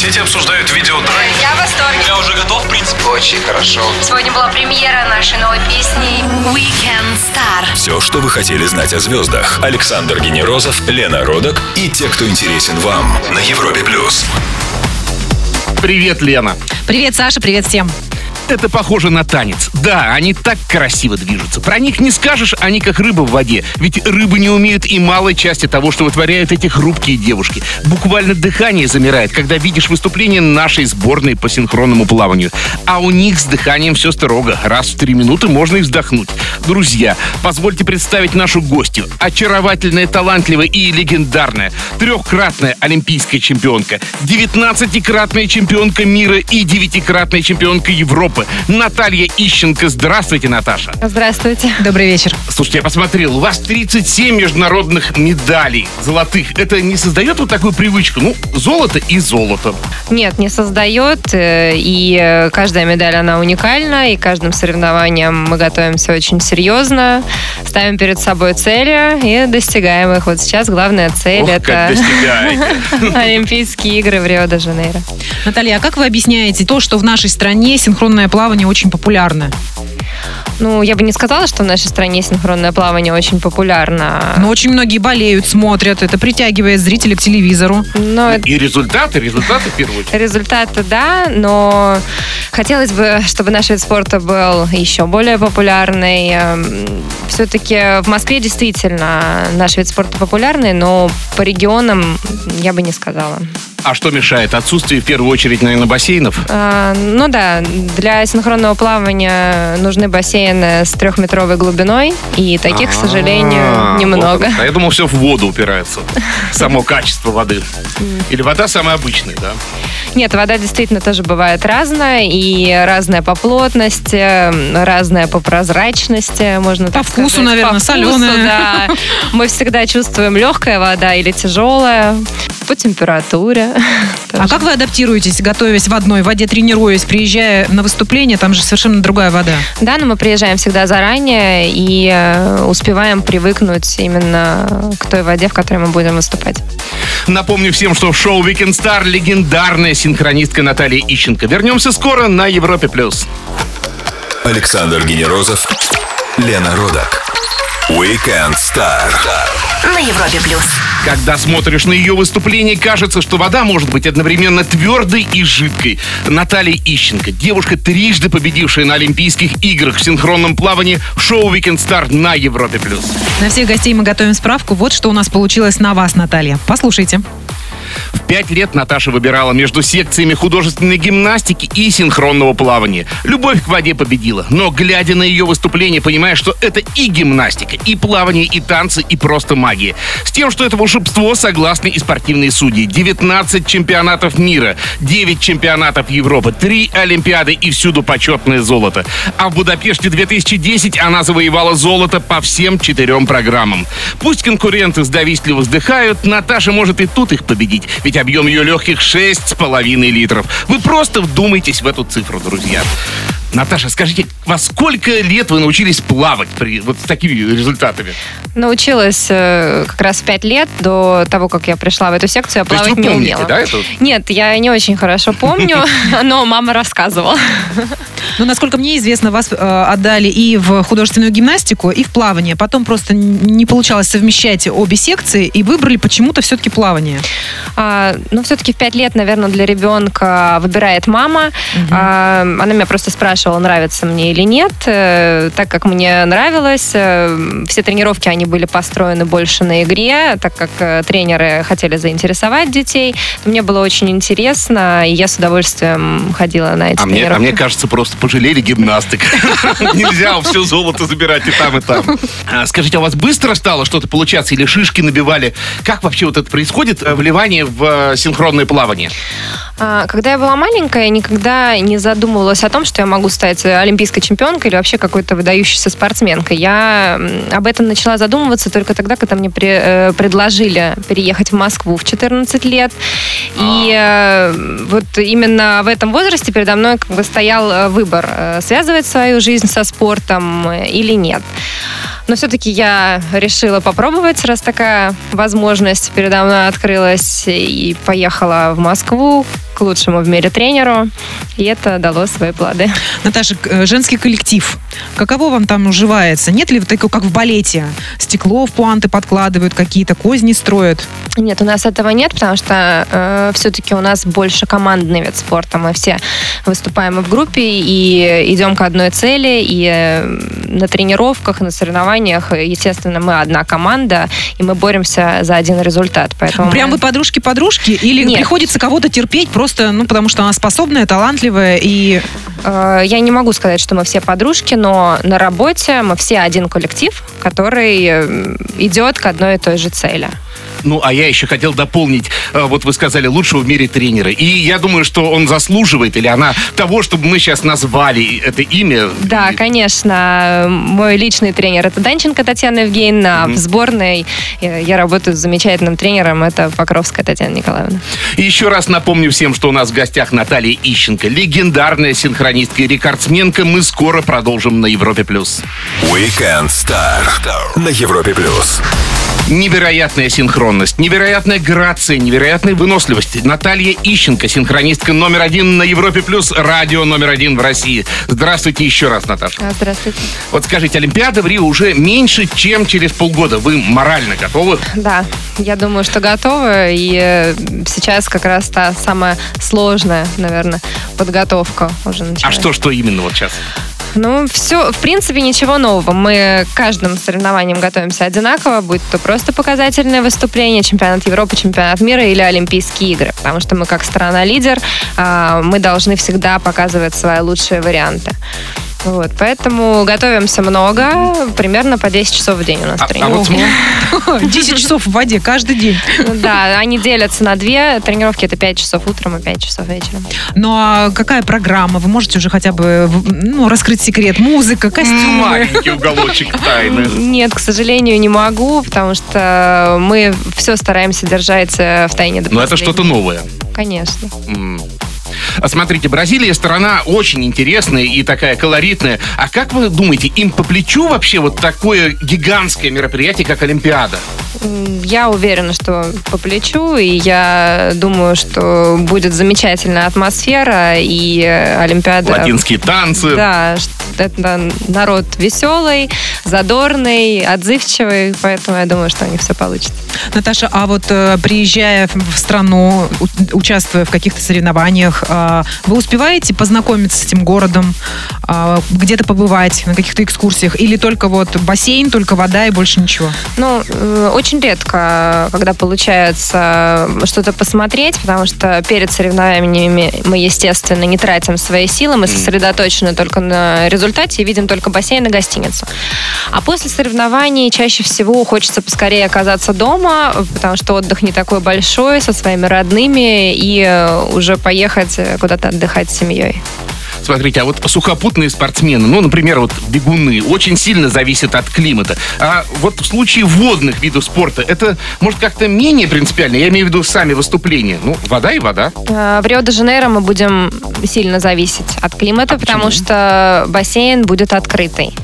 Соцсети обсуждают видео Драйв. Я в восторге. Я уже готов, в принципе. Очень хорошо. Сегодня была премьера нашей новой песни Weekend Star. Все, что вы хотели знать о звездах. Александр Генерозов, Лена Родок и те, кто интересен вам на Европе+. Привет, Лена. Привет, Саша, привет всем. Это похоже на танец. Да, они так красиво движутся. Про них не скажешь, они как рыба в воде. Ведь рыбы не умеют и малой части того, что вытворяют эти хрупкие девушки. Буквально дыхание замирает, когда видишь выступление нашей сборной по синхронному плаванию. А у них с дыханием все строго. Раз в 3 минуты можно и вздохнуть. Друзья, позвольте представить нашу гостью. Очаровательная, талантливая и легендарная. 3-кратная олимпийская чемпионка. 19-кратная чемпионка мира и 9-кратная чемпионка Европы. Наталья Ищенко. Здравствуйте, Наташа. Здравствуйте. Добрый вечер. Слушайте, я посмотрел, у вас 37 международных медалей золотых. Это не создает вот такую привычку? Ну, золото и золото. Нет, не создает. И каждая медаль, она уникальна. И каждым соревнованием мы готовимся очень серьезно. Ставим перед собой цели и достигаем их. Вот сейчас главная цель — это Олимпийские игры в Рио-де-Жанейро. Наталья, а как вы объясняете то, что в нашей стране синхронное плавание очень популярно? Ну, я бы не сказала, что в нашей стране синхронное плавание очень популярно. Но очень многие болеют, смотрят, это притягивает зрителей к телевизору. И результаты в первую очередь. Результаты, да, но хотелось бы, чтобы наш вид спорта был еще более популярный. Все-таки в Москве действительно наш вид спорта популярный, но по регионам я бы не сказала. А что мешает? Отсутствие, в первую очередь, наверное, бассейнов? Ну да, для синхронного плавания нужны бассейны с 3-метровой глубиной, и таких, к сожалению, немного. Вот. А я думал, все в воду упирается. Само качество воды. Или вода самая обычная, да? Нет, вода действительно тоже бывает разная, и разная по плотности, разная по прозрачности, можно так сказать. По вкусу, наверное, соленая. Да. Мы всегда чувствуем легкая вода или тяжелая, по температуре. А как вы адаптируетесь, готовясь в одной воде, тренируясь, приезжая на выступление, там же совершенно другая вода? Да, но мы приезжаем всегда заранее и успеваем привыкнуть именно к той воде, в которой мы будем выступать. Напомню всем, что в шоу Weekend Star легендарная синхронистка Наталья Ищенко. Вернемся скоро на Европе+. Александр Генерозов, Лена Родок. Weekend Star На Европе+. Когда смотришь на ее выступление, кажется, что вода может быть одновременно твердой и жидкой. Наталья Ищенко, девушка, трижды победившая на Олимпийских играх в синхронном плавании, в шоу Weekend Star на Европе+. На всех гостей мы готовим справку. Вот что у нас получилось на вас, Наталья. Послушайте. В 5 лет Наташа выбирала между секциями художественной гимнастики и синхронного плавания. Любовь к воде победила, но, глядя на ее выступление, понимаешь, что это и гимнастика, и плавание, и танцы, и просто магия. С тем, что это волшебство, согласны и спортивные судьи. 19 чемпионатов мира, 9 чемпионатов Европы, 3 Олимпиады и всюду почетное золото. А в Будапеште 2010 она завоевала золото по всем 4 программам. Пусть конкуренты завистливо вздыхают, Наташа может и тут их победить. Ведь объем ее легких 6,5 литров. Вы просто вдумайтесь в эту цифру, друзья. Наташа, скажите, во сколько лет вы научились плавать вот с такими результатами? Научилась как раз в 5 лет. До того, как я пришла в эту секцию, я плавать не умела. Да, это? Нет, я не очень хорошо помню, но мама рассказывала. Ну, насколько мне известно, вас отдали и в художественную гимнастику, и в плавание. Потом просто не получалось совмещать обе секции, и выбрали почему-то все-таки плавание. Ну, все-таки в 5 лет, наверное, для ребенка выбирает мама. Она меня просто спрашивала, нравится мне или нет. Так как мне нравилось, все тренировки, они были построены больше на игре, так как тренеры хотели заинтересовать детей. Мне было очень интересно, и я с удовольствием ходила на эти тренировки. А мне кажется, просто пожалели гимнасток. Нельзя все золото забирать и там, и там. Скажите, а у вас быстро стало что-то получаться или шишки набивали? Как вообще вот это происходит, вливание в синхронное плавание? Когда я была маленькая, я никогда не задумывалась о том, что я могу стать олимпийской чемпионкой или вообще какой-то выдающейся спортсменкой. Я об этом начала задумываться только тогда, когда мне предложили переехать в Москву в 14 лет. И вот именно в этом возрасте передо мной как бы стоял выбор, связывать свою жизнь со спортом или нет. Но все-таки я решила попробовать, раз такая возможность передо мной открылась, и поехала в Москву к лучшему в мире тренеру, и это дало свои плоды. Наташа, женский коллектив. Каково вам там уживается? Нет ли такого, как в балете? Стекло в пуанты подкладывают, какие-то козни строят? Нет, у нас этого нет, потому что все-таки у нас больше командный вид спорта. Мы все выступаем и в группе, и идем к одной цели, и на тренировках, на соревнованиях, естественно, мы одна команда, и мы боремся за один результат. Поэтому прям вы подружки-подружки? Или Нет. приходится кого-то терпеть просто, потому что она способная, талантливая и... Я не могу сказать, что мы все подружки, но на работе мы все один коллектив, который идет к одной и той же цели. Ну, а я еще хотел дополнить, вот вы сказали, лучшего в мире тренера. И я думаю, что он заслуживает, или она, того, чтобы мы сейчас назвали это имя. Да, конечно. Мой личный тренер — это Данченко Татьяна Евгеньевна, а в сборной я работаю с замечательным тренером, это Покровская Татьяна Николаевна. И еще раз напомню всем, что у нас в гостях Наталья Ищенко, легендарная синхронистка и рекордсменка. Мы скоро продолжим на Европе+. Weekend Star на Европе+. Невероятная синхронность, невероятная грация, невероятная выносливость. Наталья Ищенко, синхронистка номер 1 на Европе+, радио номер 1 в России. Здравствуйте еще раз, Наташа. Здравствуйте. Вот скажите, Олимпиада в Рио уже меньше, чем через полгода. Вы морально готовы? Да, я думаю, что готова, и сейчас как раз та самая сложная, наверное, подготовка уже началась. А что именно вот сейчас? Ну, все, в принципе, ничего нового. Мы к каждым соревнованиям готовимся одинаково, будь то просто показательное выступление, чемпионат Европы, чемпионат мира или Олимпийские игры. Потому что мы как страна-лидер, мы должны всегда показывать свои лучшие варианты. Вот, поэтому готовимся много, примерно по 10 часов в день у нас тренировки. 10 часов в воде каждый день. Да, они делятся на 2 тренировки, это 5 часов утром и 5 часов вечером. Ну а какая программа? Вы можете уже хотя бы раскрыть секрет? Музыка, костюмы? Маленький уголочек тайны. Нет, к сожалению, не могу, потому что мы все стараемся держать в тайне до последнего. Но это что-то новое. Конечно. Смотрите, Бразилия страна очень интересная и такая колоритная. А как вы думаете, им по плечу вообще вот такое гигантское мероприятие, как Олимпиада? Я уверена, что по плечу, и я думаю, что будет замечательная атмосфера, и Олимпиада... Латинские танцы. Да, это народ веселый, задорный, отзывчивый, поэтому я думаю, что у них все получится. Наташа, а вот приезжая в страну, участвуя в каких-то соревнованиях, вы успеваете познакомиться с этим городом, где-то побывать на каких-то экскурсиях, или только вот бассейн, только вода и больше ничего? Ну, очень редко, когда получается что-то посмотреть, потому что перед соревнованиями мы, естественно, не тратим свои силы, мы сосредоточены только на результате и видим только бассейн и гостиницу. А после соревнований чаще всего хочется поскорее оказаться дома, потому что отдых не такой большой, со своими родными, и уже поехать куда-то отдыхать с семьей. Смотрите, а вот сухопутные спортсмены, ну, например, вот бегуны, очень сильно зависят от климата. А вот в случае водных видов спорта это, может, как-то менее принципиально? Я имею в виду сами выступления. Ну, вода и вода. В Рио-де-Жанейро мы будем сильно зависеть от климата, потому что бассейн будет открытый.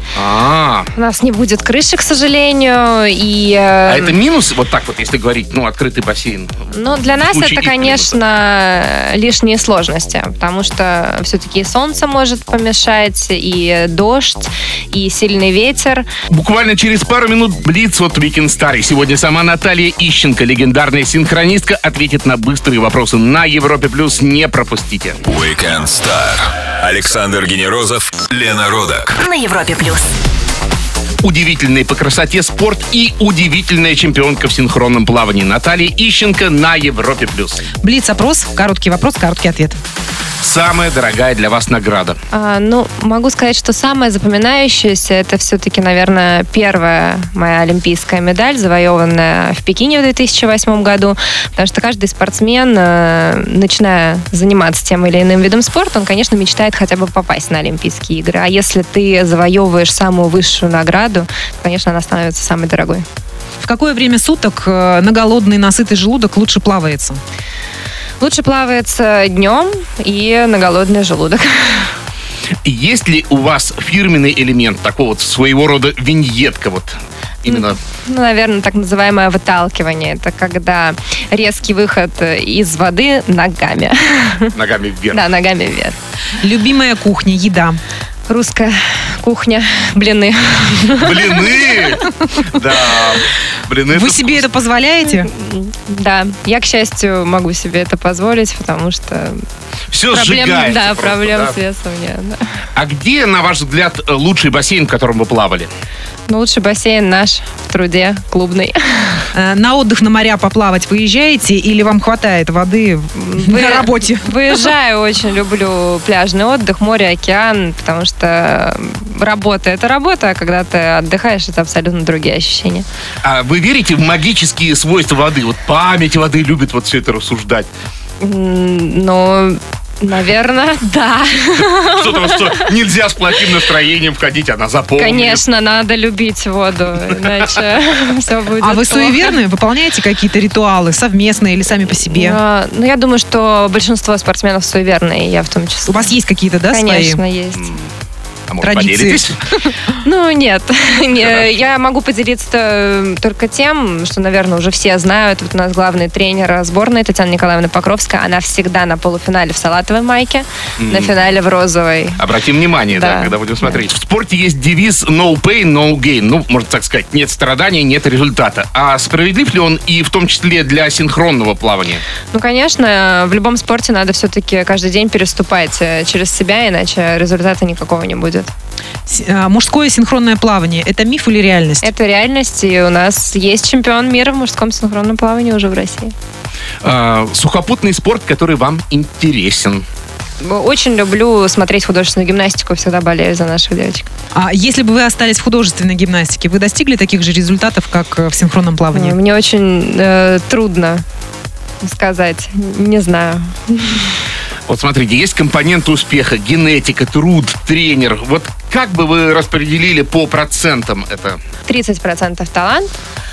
У нас не будет крыши, к сожалению, и... А это минус, вот так вот, если говорить, открытый бассейн? Ну, для нас это, конечно, лишние сложности, потому что все-таки солнце может помешать, и дождь, и сильный ветер. Буквально через пару минут блиц от Weekend Star. И сегодня сама Наталья Ищенко, легендарная синхронистка, ответит на быстрые вопросы на Европе+. Не пропустите. Weekend Star. Александр Генерозов, Лена Родак. На Европе+. Удивительный по красоте спорт и удивительная чемпионка в синхронном плавании Наталья Ищенко на Европе+. Блиц-опрос, короткий вопрос, короткий ответ. Самая дорогая для вас награда? Могу сказать, что самое запоминающееся, это все-таки, наверное, первая моя олимпийская медаль, завоеванная в Пекине в 2008 году, потому что каждый спортсмен, начиная заниматься тем или иным видом спорта, он, конечно, мечтает хотя бы попасть на Олимпийские игры. А если ты завоевываешь самую высшую награду, то, конечно, она становится самой дорогой. В какое время суток на голодный, насытый желудок лучше плавается? Лучше плавается днем и на голодный желудок. Есть ли у вас фирменный элемент, такого вот своего рода виньетка? Вот? именно? Ну, наверное, так называемое выталкивание. Это когда резкий выход из воды ногами. Ногами вверх. Да, ногами вверх. Любимая кухня, еда. Русская кухня, блины. Блины! Да, блины. Вы себе это позволяете? Да, я, к счастью, могу себе это позволить, потому что Все проблем, сжигается. да, просто, проблем да? с весом нет. Да. А где, на ваш взгляд, лучший бассейн, в котором вы плавали? Но лучший бассейн наш в труде, клубный. На отдых на моря поплавать выезжаете или вам хватает воды на работе? Выезжаю, очень люблю пляжный отдых, море, океан, потому что работа — это работа, а когда ты отдыхаешь, это абсолютно другие ощущения. А вы верите в магические свойства воды? Вот память воды любит вот все это рассуждать. Ну, наверное, да. Что-то вот, что нельзя с плохим настроением входить, она запомнит. Конечно, надо любить воду, иначе все будет А вы плохо. суеверны? Выполняете какие-то ритуалы совместные или сами по себе? Ну, я думаю, что большинство спортсменов суеверные, и я в том числе. У вас есть какие-то, да, Конечно, свои? есть. А может, традиции? поделитесь? Ну, нет. Я могу поделиться только тем, что, наверное, уже все знают. Вот у нас главный тренер сборной Татьяна Николаевна Покровская. Она всегда на полуфинале в салатовой майке, на финале в розовой. Обратим внимание, да, Да. когда будем смотреть. В спорте есть девиз no pain, no gain. Ну, можно так сказать, нет страданий, нет результата. А справедлив ли он и в том числе для синхронного плавания? Ну, конечно, в любом спорте надо все-таки каждый день переступать через себя, иначе результата никакого не будет. Мужское синхронное плавание – это миф или реальность? Это реальность, и у нас есть чемпион мира в мужском синхронном плавании уже в России. Сухопутный спорт, который вам интересен. Очень люблю смотреть художественную гимнастику, всегда болею за наших девочек. А если бы вы остались в художественной гимнастике, вы достигли таких же результатов, как в синхронном плавании? Мне очень трудно сказать, не знаю. Вот смотрите, есть компоненты успеха, генетика, труд, тренер. Вот как бы вы распределили по процентам это? 30% талант,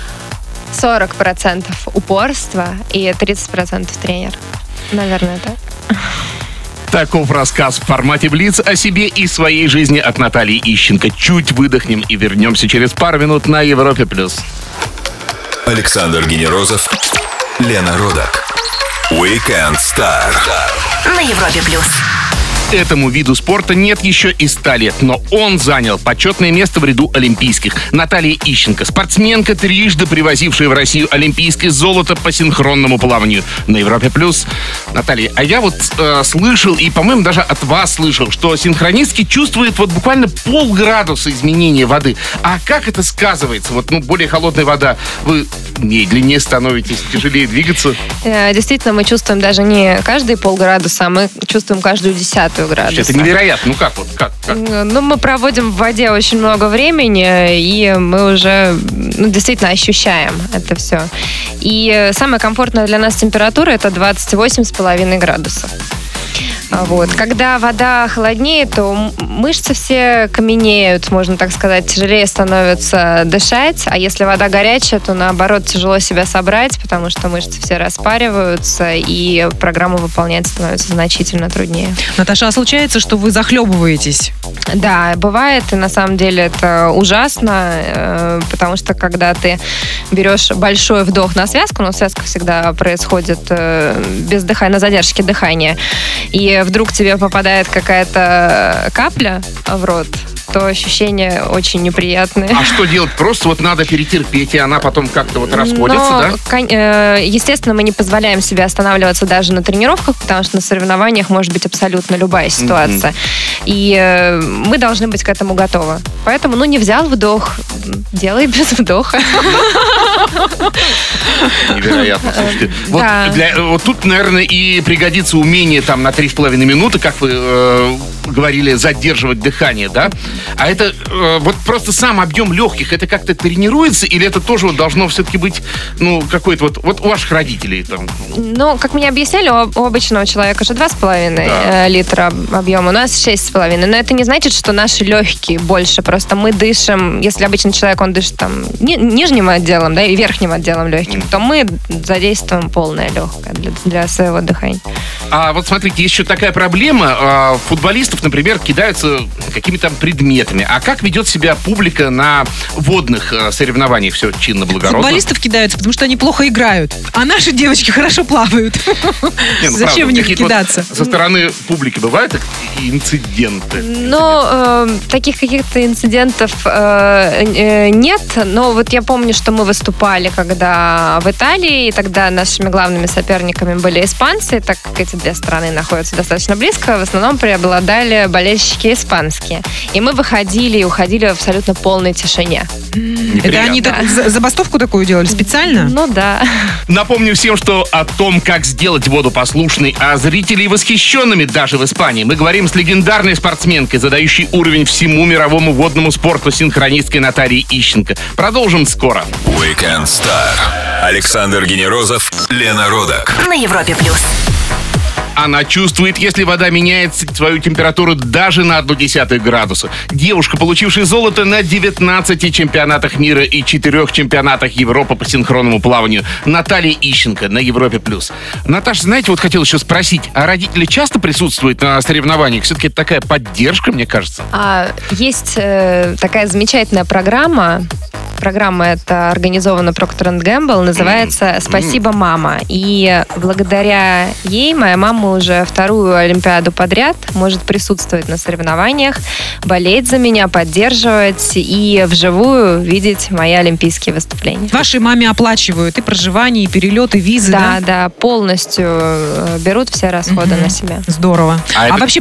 40% упорство и 30% тренер. Наверное, так. Таков рассказ в формате Блиц о себе и своей жизни от Натальи Ищенко. Чуть выдохнем и вернемся через пару минут на Европе+. Александр Генерозов, Лена Родак. Weekend Star. На Европе плюс. Этому виду спорта нет еще и 100 лет, но он занял почетное место в ряду олимпийских. Наталья Ищенко, спортсменка, трижды привозившая в Россию олимпийское золото по синхронному плаванию на Европе+. Наталья, а я вот слышал, и, по-моему, даже от вас слышал, что синхронистки чувствуют вот буквально полградуса изменения воды. А как это сказывается? Вот, более холодная вода, вы медленнее становитесь, тяжелее двигаться? Действительно, мы чувствуем даже не каждые полградуса, а мы чувствуем каждую 10 градуса. Это невероятно. Ну как вот? Как? Ну, мы проводим в воде очень много времени, и мы уже действительно ощущаем это все. И самая комфортная для нас температура — это 28,5 градусов. Вот. Когда вода холоднее, то мышцы все каменеют, можно так сказать, тяжелее становится дышать, а если вода горячая, то наоборот тяжело себя собрать, потому что мышцы все распариваются, и программу выполнять становится значительно труднее. Наташа, а случается, что вы захлебываетесь? Да, бывает, и на самом деле это ужасно, потому что когда ты берешь большой вдох на связку, но связка всегда происходит без дыхания, на задержке дыхания, и вдруг тебе попадает какая-то капля в рот, то ощущения очень неприятные. А что делать? Просто вот надо перетерпеть, и она потом как-то вот расходится, да? Естественно, мы не позволяем себе останавливаться даже на тренировках, потому что на соревнованиях может быть абсолютно любая ситуация. И мы должны быть к этому готовы. Поэтому, не взял вдох, делай без вдоха. Невероятно, слушайте. Да. Вот тут, наверное, и пригодится умение там на 3,5 минуты, как вы говорили, задерживать дыхание, да? А это вот просто сам объем легких, это как-то тренируется, или это тоже вот должно все-таки быть, какой-то вот у ваших родителей там? Как мне объясняли, у обычного человека же 2,5 литра объема, у нас 6 12,5. Но это не значит, что наши легкие больше. Просто мы дышим, если обычный человек, он дышит там нижним отделом, да, и верхним отделом легких, то мы задействуем полное легкое для своего дыхания. А вот смотрите, есть еще такая проблема. Футболистов, например, кидаются какими-то предметами. А как ведет себя публика на водных соревнованиях? Все чинно-благородно. Футболистов кидаются, потому что они плохо играют. А наши девочки хорошо плавают. Зачем в них кидаться? Со стороны публики бывают инциденты? Ну, таких каких-то инцидентов нет. Но вот я помню, что мы выступали когда в Италии, и тогда нашими главными соперниками были испанцы, так как эти две страны находятся достаточно близко, в основном преобладали болельщики испанские. И мы выходили и уходили в абсолютно полной тишине. Это они забастовку такую делали специально? Ну да. Напомню всем, что о том, как сделать воду послушной, а зрителей восхищенными даже в Испании, мы говорим с легендарной спортсменкой, задающей уровень всему мировому водному спорту, синхронисткой Натальей Ищенко. Продолжим скоро. Weekend Star. Александр Генерозов, Лена Родак. На Европе+. Она чувствует, если вода меняет свою температуру даже на 0,1 градуса. Девушка, получившая золото на 19 чемпионатах мира и 4 чемпионатах Европы по синхронному плаванию, Наталья Ищенко на Европе+. Наташа, знаете, вот хотел еще спросить, а родители часто присутствуют на соревнованиях? Все-таки это такая поддержка, мне кажется. Есть такая замечательная программа. Программа эта организована Procter & Gamble, называется «Спасибо, мама». И благодаря ей моя мама уже вторую Олимпиаду подряд может присутствовать на соревнованиях, болеть за меня, поддерживать и вживую видеть мои олимпийские выступления. Вашей маме оплачивают и проживание, и перелеты, и визы, да? Да, полностью берут все расходы на себя. Здорово. Вообще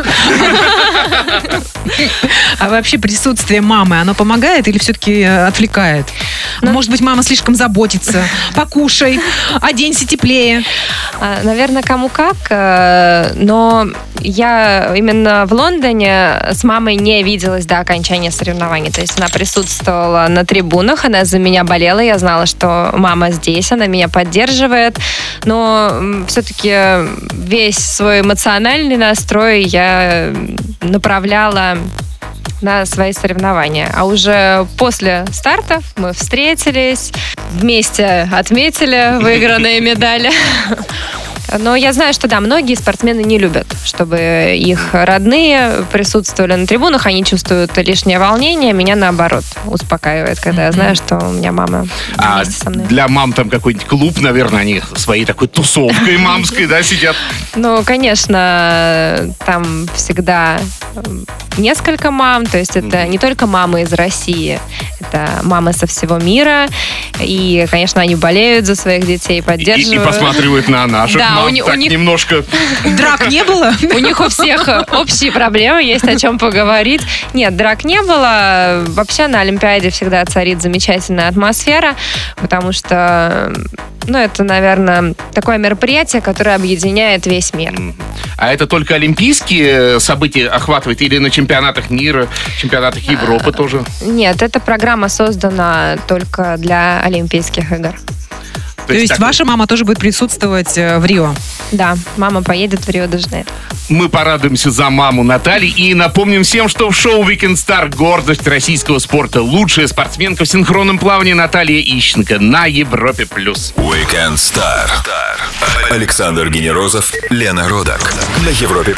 присутствие мамы, оно помогает или все-таки отвлекает? Может быть, мама слишком заботится. Покушай, оденься теплее. Наверное, кому как. Но я именно в Лондоне с мамой не виделась до окончания соревнований. То есть она присутствовала на трибунах, она за меня болела. Я знала, что мама здесь, она меня поддерживает. Но все-таки весь свой эмоциональный настрой я направляла на свои соревнования. А уже после стартов мы встретились, вместе отметили выигранные медали. Но я знаю, что да, многие спортсмены не любят, чтобы их родные присутствовали на трибунах, они чувствуют лишнее волнение, меня наоборот успокаивает, когда я знаю, что у меня мама вместе со мной. Для мам там какой-нибудь клуб, наверное, они своей такой тусовкой мамской, да, сидят? Ну, конечно, там всегда несколько мам, то есть это не только мамы из России, это мамы со всего мира, и, конечно, они болеют за своих детей, поддерживают. И посматривают на наших мам, так них... немножко... Драк не было? У них у всех общие проблемы, есть о чем поговорить. Нет, драк не было. Вообще на Олимпиаде всегда царит замечательная атмосфера, потому что... Ну, это, наверное, такое мероприятие, которое объединяет весь мир. А это только олимпийские события охватывает или на чемпионатах мира, чемпионатах Европы тоже? Нет, эта программа создана только для Олимпийских игр. То есть ваша мама тоже будет присутствовать в Рио? Да, мама поедет в Рио-де-Жанейро. Мы порадуемся за маму Натальи и напомним всем, что в шоу Weekend Star гордость российского спорта, лучшая спортсменка в синхронном плавании Наталья Ищенко на Европе+. Weekend Star. Александр Генерозов, Лена Родак на Европе+.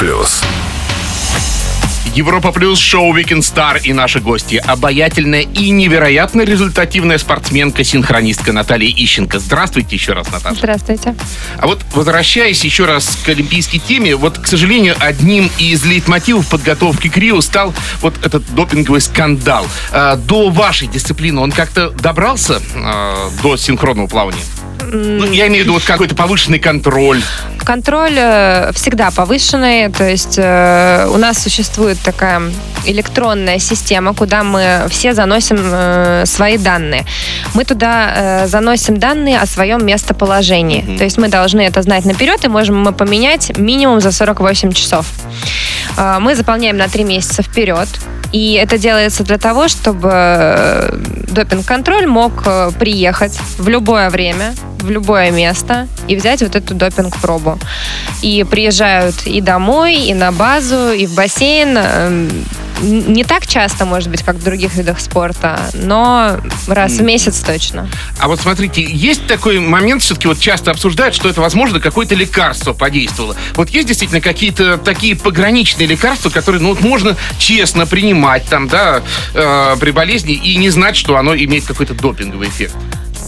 Европа Плюс, шоу Weekend Star и наши гости. Обаятельная и невероятно результативная спортсменка-синхронистка Наталья Ищенко. Здравствуйте еще раз, Наташа. Здравствуйте. А вот возвращаясь еще раз к олимпийской теме, вот, к сожалению, одним из лейтмотивов подготовки к Рио стал вот этот допинговый скандал. До вашей дисциплины он как-то добрался до синхронного плавания? Ну, я имею в виду вот какой-то повышенный контроль. Контроль всегда повышенный, то есть у нас существует такая электронная система, куда мы все заносим свои данные. Мы туда заносим данные о своем местоположении. То есть мы должны это знать наперед, и можем мы поменять минимум за 48 часов. Мы заполняем на 3 месяца вперед. И это делается для того, чтобы допинг-контроль мог приехать в любое время, в любое место и взять вот эту допинг-пробу. И приезжают и домой, и на базу, и в бассейн. Не так часто, может быть, как в других видах спорта, но раз в месяц точно. А вот смотрите, есть такой момент, все-таки вот часто обсуждают, что это, возможно, какое-то лекарство подействовало. Вот есть действительно какие-то такие пограничные лекарства, которые, ну, вот можно честно принимать там, да, при болезни и не знать, что оно имеет какой-то допинговый эффект?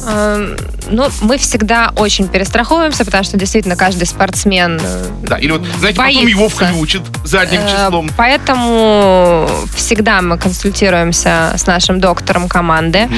Ну, мы всегда очень перестраховываемся, потому что действительно каждый спортсмен да, или вот, знаете, боится. потом его включат задним числом. Поэтому всегда мы консультируемся с нашим доктором команды.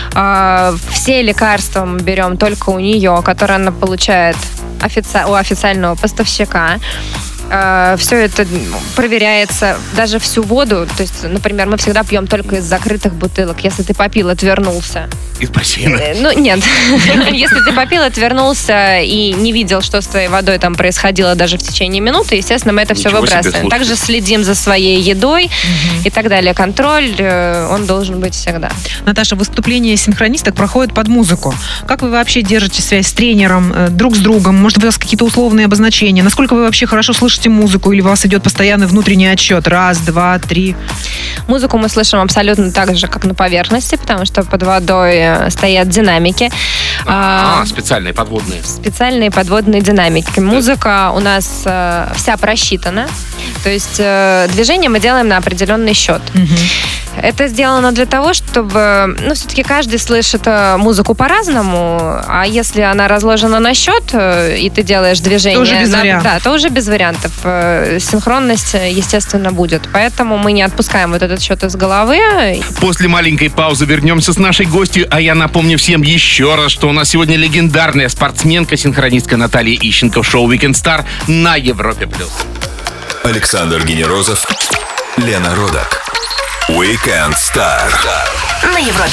Все лекарства мы берем только у нее, которые она получает у официального поставщика. Все это проверяется, даже всю воду. То есть, например, мы всегда пьем только из закрытых бутылок. Если ты попил, отвернулся. Из бассейна? Ну, нет. Если ты попил, отвернулся и не видел, что с твоей водой там происходило даже в течение минуты, естественно, мы это все выбрасываем. Также следим за своей едой и так далее. Контроль, он должен быть всегда. Наташа, выступления синхронисток проходят под музыку. Как вы вообще держите связь с тренером, друг с другом? Может, у вас какие-то условные обозначения? Насколько вы вообще хорошо слышите музыку, или у вас идет постоянный внутренний отсчет? 1, 2, 3. Музыку мы слышим абсолютно так же, как на поверхности, потому что под водой стоят динамики. Специальные подводные. Специальные подводные динамики. Музыка у нас вся просчитана. То есть движение мы делаем на определенный счет. Это сделано для того, чтобы, все-таки каждый слышит музыку по-разному, а если она разложена на счет, и ты делаешь движение... То уже без вариантов. Да, то уже без вариантов. Синхронность, естественно, будет. Поэтому мы не отпускаем вот этот счет из головы. После маленькой паузы вернемся с нашей гостью, а я напомню всем еще раз, что у нас сегодня легендарная спортсменка-синхронистка Наталья Ищенко в шоу Weekend Star на Европе+. Александр Генерозов, Лена Родак. Weekend Star На Европе+.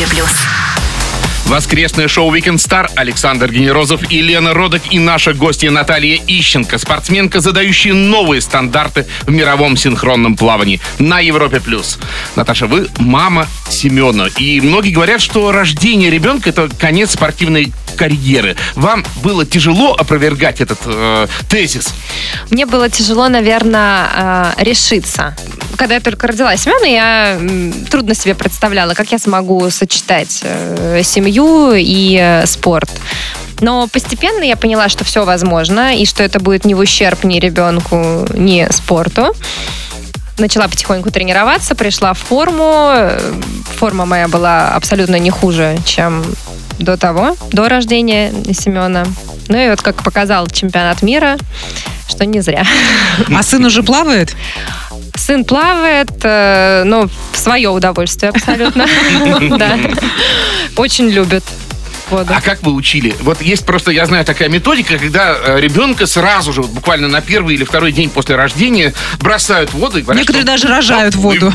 Воскресное шоу Weekend Star. Александр Генерозов и Лена Родак, и наша гостья Наталья Ищенко, спортсменка, задающая новые стандарты в мировом синхронном плавании на Европе+. Наташа, вы мама Семена, и многие говорят, что рождение ребенка — это конец спортивной карьеры. Вам было тяжело опровергать этот тезис? Мне было тяжело, наверное, решиться. Когда я только родила Семена, я трудно себе представляла, как я смогу сочетать семью и спорт. Но постепенно я поняла, что все возможно, и что это будет не в ущерб ни ребенку, ни спорту. Начала потихоньку тренироваться, пришла в форму. Форма моя была абсолютно не хуже, чем до рождения Семена. Ну и вот как показал чемпионат мира, что не зря. А сын уже плавает? Сын плавает, в свое удовольствие абсолютно. Да. Очень любит воду. А как вы учили? Вот есть просто, я знаю, такая методика, когда ребенка сразу же, буквально на первый или второй день после рождения, бросают в воду и говорят, некоторые даже рожают в воду.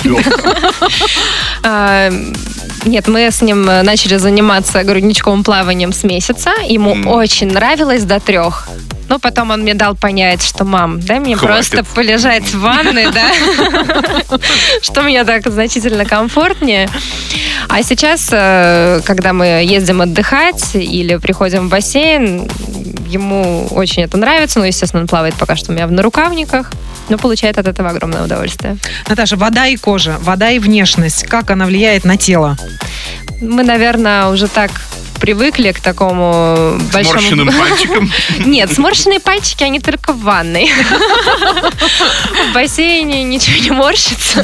Нет, мы с ним начали заниматься грудничковым плаванием с месяца. Ему очень нравилось до 3. Но потом он мне дал понять, что, мам, дай мне просто полежать в ванной, да, что мне так значительно комфортнее. А сейчас, когда мы ездим отдыхать или приходим в бассейн, ему очень это нравится. Ну, естественно, он плавает пока что у меня в нарукавниках, но получает от этого огромное удовольствие. Наташа, вода и кожа, вода и внешность, как она влияет на тело? Мы, наверное, уже так привыкли к такому большому... Сморщенным пальчикам? Нет, сморщенные пальчики, они только в ванной. В бассейне ничего не морщится.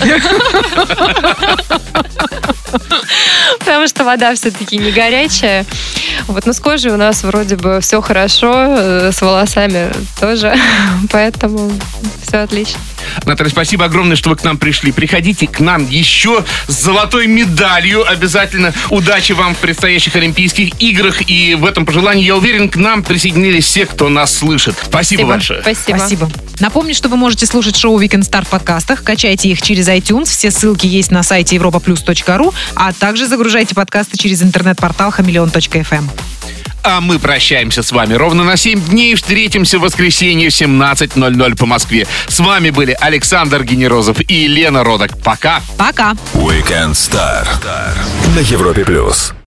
Потому что вода все-таки не горячая. Вот, но с кожей у нас вроде бы все хорошо, с волосами тоже, поэтому все отлично. Наталья, спасибо огромное, что вы к нам пришли. Приходите к нам еще с золотой медалью обязательно. Удачи вам в предстоящих Олимпийских играх. И в этом пожелании, я уверен, к нам присоединились все, кто нас слышит. Спасибо большое. Спасибо. Напомню, что вы можете слушать шоу Weekend Star в подкастах. Качайте их через iTunes. Все ссылки есть на сайте europaplus.ru, а также загружайте подкасты через интернет-портал chameleon.fm. А мы прощаемся с вами ровно на 7 дней. Встретимся в воскресенье в 17:00 по Москве. С вами были Александр Генерозов и Лена Родок. Пока. Пока. Weekend Star на Европе+.